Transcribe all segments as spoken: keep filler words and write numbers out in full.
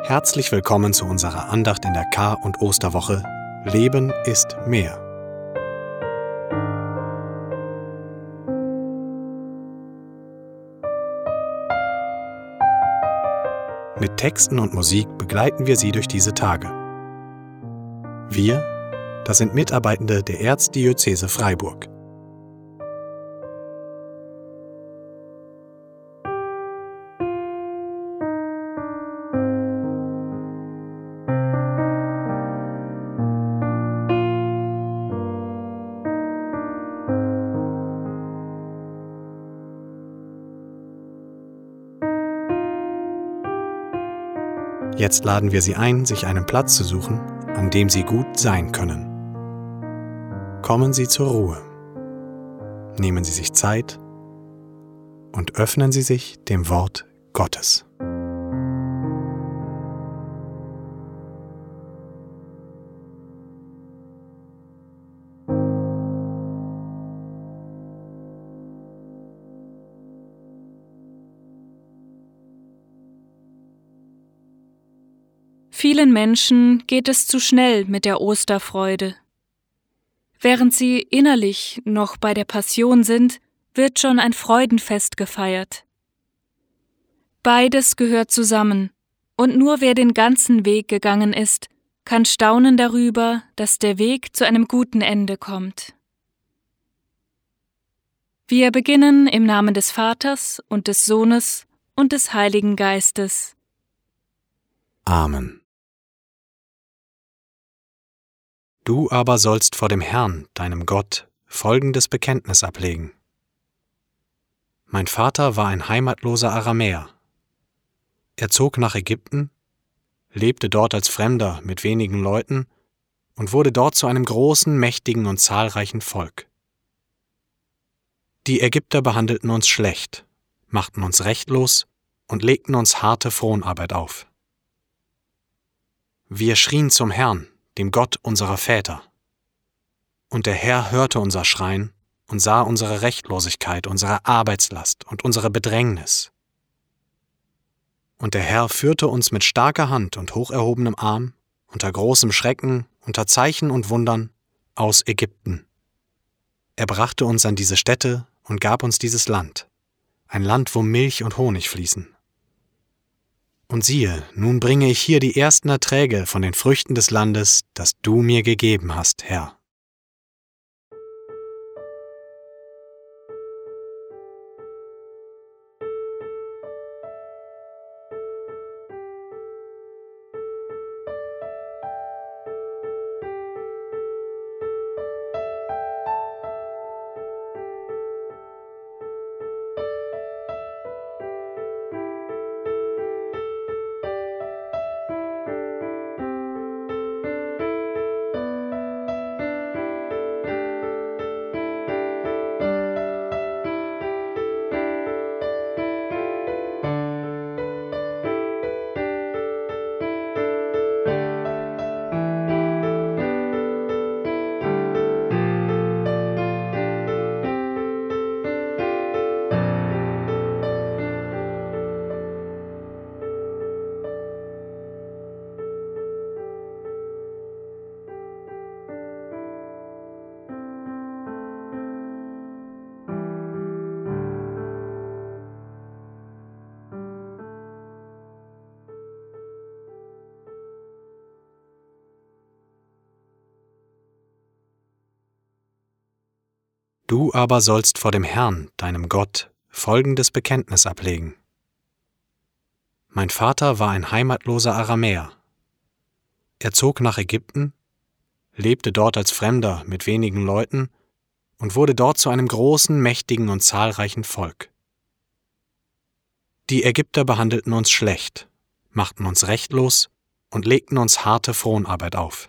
Herzlich willkommen zu unserer Andacht in der Kar- und Osterwoche Leben ist mehr. Mit Texten und Musik begleiten wir Sie durch diese Tage. Wir, das sind Mitarbeitende der Erzdiözese Freiburg. Jetzt laden wir Sie ein, sich einen Platz zu suchen, an dem Sie gut sein können. Kommen Sie zur Ruhe. Nehmen Sie sich Zeit und öffnen Sie sich dem Wort Gottes. Vielen Menschen geht es zu schnell mit der Osterfreude. Während sie innerlich noch bei der Passion sind, wird schon ein Freudenfest gefeiert. Beides gehört zusammen, und nur wer den ganzen Weg gegangen ist, kann staunen darüber, dass der Weg zu einem guten Ende kommt. Wir beginnen im Namen des Vaters und des Sohnes und des Heiligen Geistes. Amen. Du aber sollst vor dem Herrn, deinem Gott, folgendes Bekenntnis ablegen. Mein Vater war ein heimatloser Aramäer. Er zog nach Ägypten, lebte dort als Fremder mit wenigen Leuten und wurde dort zu einem großen, mächtigen und zahlreichen Volk. Die Ägypter behandelten uns schlecht, machten uns rechtlos und legten uns harte Fronarbeit auf. Wir schrien zum Herrn, dem Gott unserer Väter. Und der Herr hörte unser Schreien und sah unsere Rechtlosigkeit, unsere Arbeitslast und unsere Bedrängnis. Und der Herr führte uns mit starker Hand und hocherhobenem Arm, unter großem Schrecken, unter Zeichen und Wundern, aus Ägypten. Er brachte uns an diese Stätte und gab uns dieses Land, ein Land, wo Milch und Honig fließen. Und siehe, nun bringe ich hier die ersten Erträge von den Früchten des Landes, das du mir gegeben hast, Herr. Du aber sollst vor dem Herrn, deinem Gott, folgendes Bekenntnis ablegen. Mein Vater war ein heimatloser Aramäer. Er zog nach Ägypten, lebte dort als Fremder mit wenigen Leuten und wurde dort zu einem großen, mächtigen und zahlreichen Volk. Die Ägypter behandelten uns schlecht, machten uns rechtlos und legten uns harte Fronarbeit auf.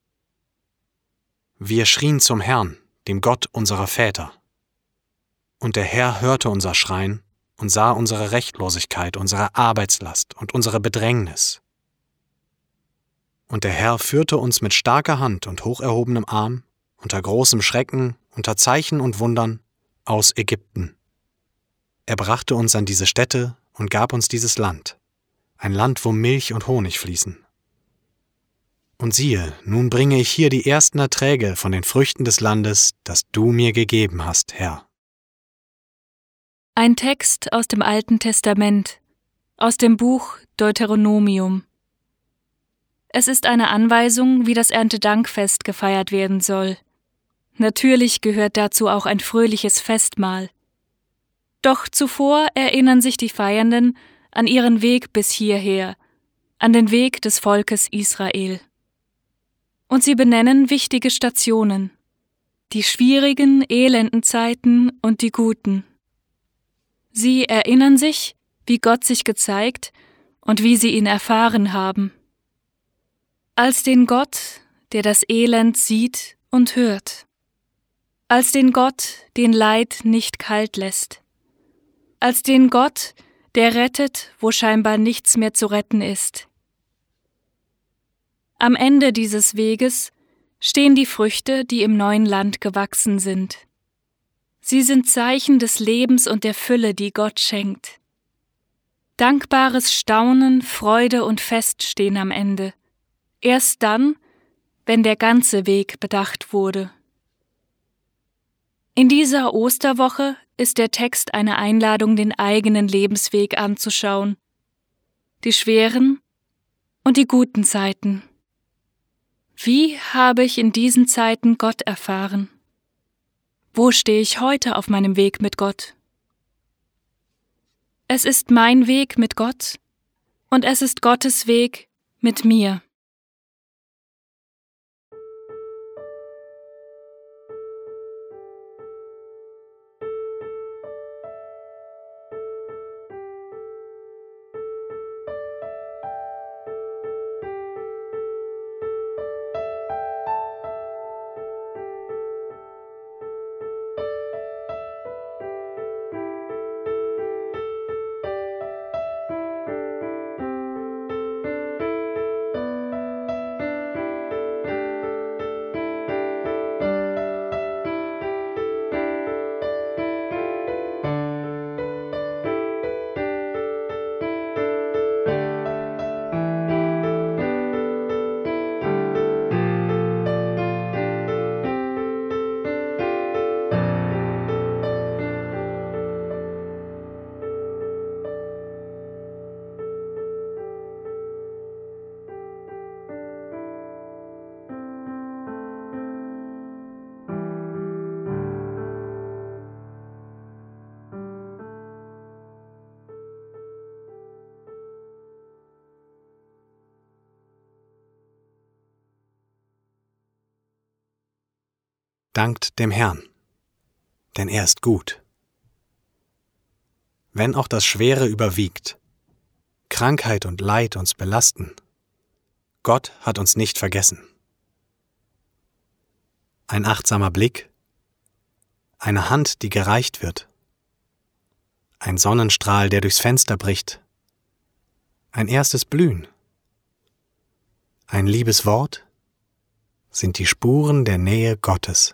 Wir schrien zum Herrn, dem Gott unserer Väter. Und der Herr hörte unser Schreien und sah unsere Rechtlosigkeit, unsere Arbeitslast und unsere Bedrängnis. Und der Herr führte uns mit starker Hand und hocherhobenem Arm, unter großem Schrecken, unter Zeichen und Wundern, aus Ägypten. Er brachte uns an diese Stätte und gab uns dieses Land, ein Land, wo Milch und Honig fließen. Und siehe, nun bringe ich hier die ersten Erträge von den Früchten des Landes, das du mir gegeben hast, Herr. Ein Text aus dem Alten Testament, aus dem Buch Deuteronomium. Es ist eine Anweisung, wie das Erntedankfest gefeiert werden soll. Natürlich gehört dazu auch ein fröhliches Festmahl. Doch zuvor erinnern sich die Feiernden an ihren Weg bis hierher, an den Weg des Volkes Israel. Und sie benennen wichtige Stationen, die schwierigen, elenden Zeiten und die guten. Sie erinnern sich, wie Gott sich gezeigt und wie sie ihn erfahren haben. Als den Gott, der das Elend sieht und hört. Als den Gott, den Leid nicht kalt lässt. Als den Gott, der rettet, wo scheinbar nichts mehr zu retten ist. Am Ende dieses Weges stehen die Früchte, die im neuen Land gewachsen sind. Sie sind Zeichen des Lebens und der Fülle, die Gott schenkt. Dankbares Staunen, Freude und Fest stehen am Ende. Erst dann, wenn der ganze Weg bedacht wurde. In dieser Osterwoche ist der Text eine Einladung, den eigenen Lebensweg anzuschauen. Die schweren und die guten Zeiten. Wie habe ich in diesen Zeiten Gott erfahren? Wo stehe ich heute auf meinem Weg mit Gott? Es ist mein Weg mit Gott und es ist Gottes Weg mit mir. Dankt dem Herrn, denn er ist gut. Wenn auch das Schwere überwiegt, Krankheit und Leid uns belasten, Gott hat uns nicht vergessen. Ein achtsamer Blick, eine Hand, die gereicht wird, ein Sonnenstrahl, der durchs Fenster bricht, ein erstes Blühen, ein liebes Wort sind die Spuren der Nähe Gottes.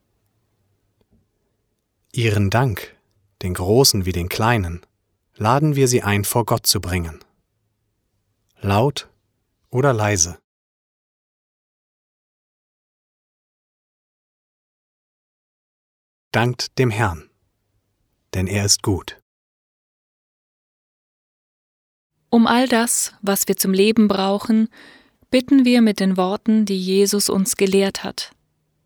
Ihren Dank, den Großen wie den Kleinen, laden wir sie ein, vor Gott zu bringen. Laut oder leise. Dankt dem Herrn, denn er ist gut. Um all das, was wir zum Leben brauchen, bitten wir mit den Worten, die Jesus uns gelehrt hat.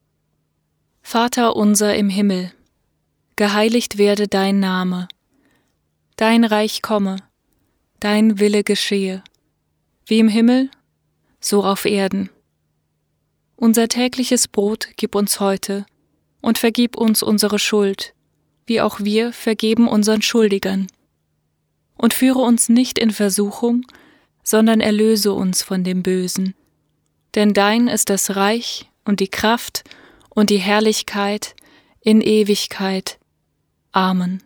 Vater unser im Himmel, geheiligt werde dein Name, dein Reich komme, dein Wille geschehe, wie im Himmel, so auf Erden. Unser tägliches Brot gib uns heute und vergib uns unsere Schuld, wie auch wir vergeben unseren Schuldigern. Und führe uns nicht in Versuchung, sondern erlöse uns von dem Bösen. Denn dein ist das Reich und die Kraft und die Herrlichkeit in Ewigkeit. Amen.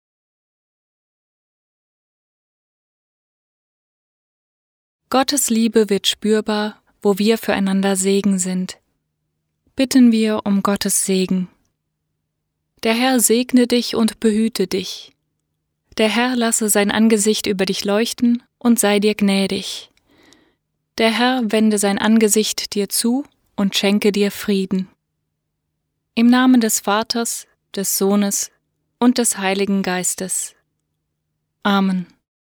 Gottes Liebe wird spürbar, wo wir füreinander Segen sind. Bitten wir um Gottes Segen. Der Herr segne dich und behüte dich. Der Herr lasse sein Angesicht über dich leuchten und sei dir gnädig. Der Herr wende sein Angesicht dir zu und schenke dir Frieden. Im Namen des Vaters, des Sohnes und des Heiligen Geistes. Amen.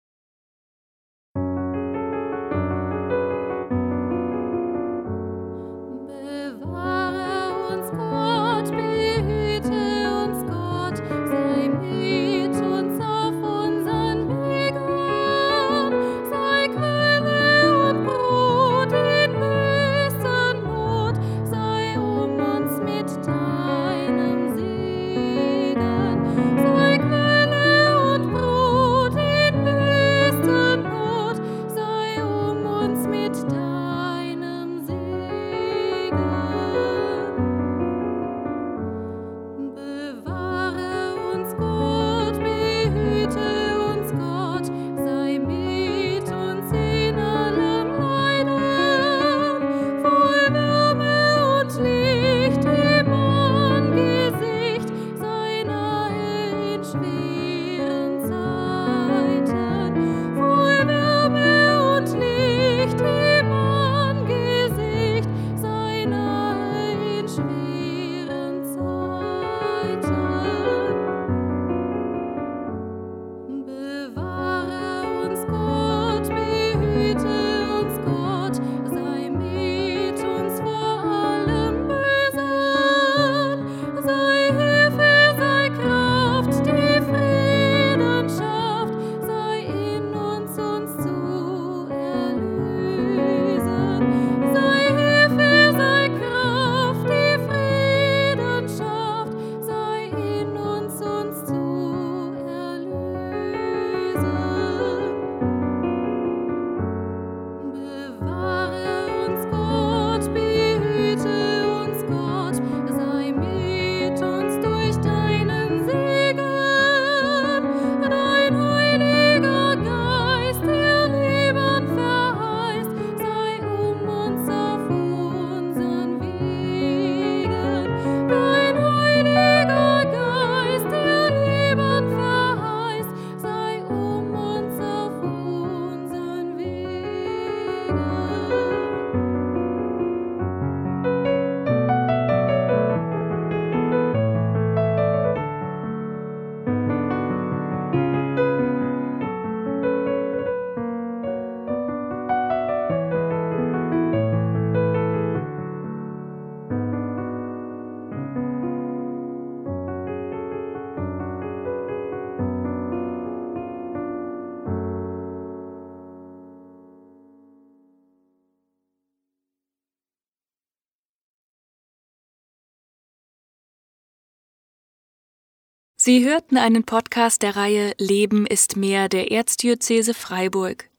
Sie hörten einen Podcast der Reihe Leben ist mehr der Erzdiözese Freiburg.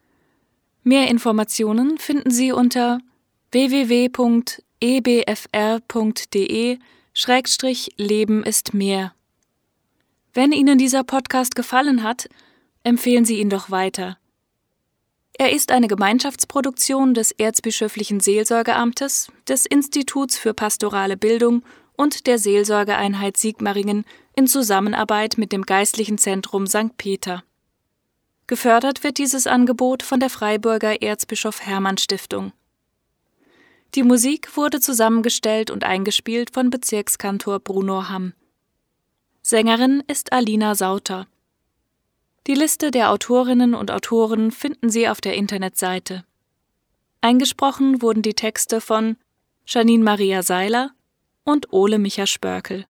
Mehr Informationen finden Sie unter w w w punkt e b f r punkt d e schrägstrich Leben ist mehr. Wenn Ihnen dieser Podcast gefallen hat, empfehlen Sie ihn doch weiter. Er ist eine Gemeinschaftsproduktion des Erzbischöflichen Seelsorgeamtes, des Instituts für pastorale Bildung und der Seelsorgeeinheit Sigmaringen in Zusammenarbeit mit dem Geistlichen Zentrum Sankt Peter. Gefördert wird dieses Angebot von der Freiburger Erzbischof Hermann Stiftung. Die Musik wurde zusammengestellt und eingespielt von Bezirkskantor Bruno Hamm. Sängerin ist Alina Sauter. Die Liste der Autorinnen und Autoren finden Sie auf der Internetseite. Eingesprochen wurden die Texte von Janine Maria Seiler und Ole Micha Spörkel.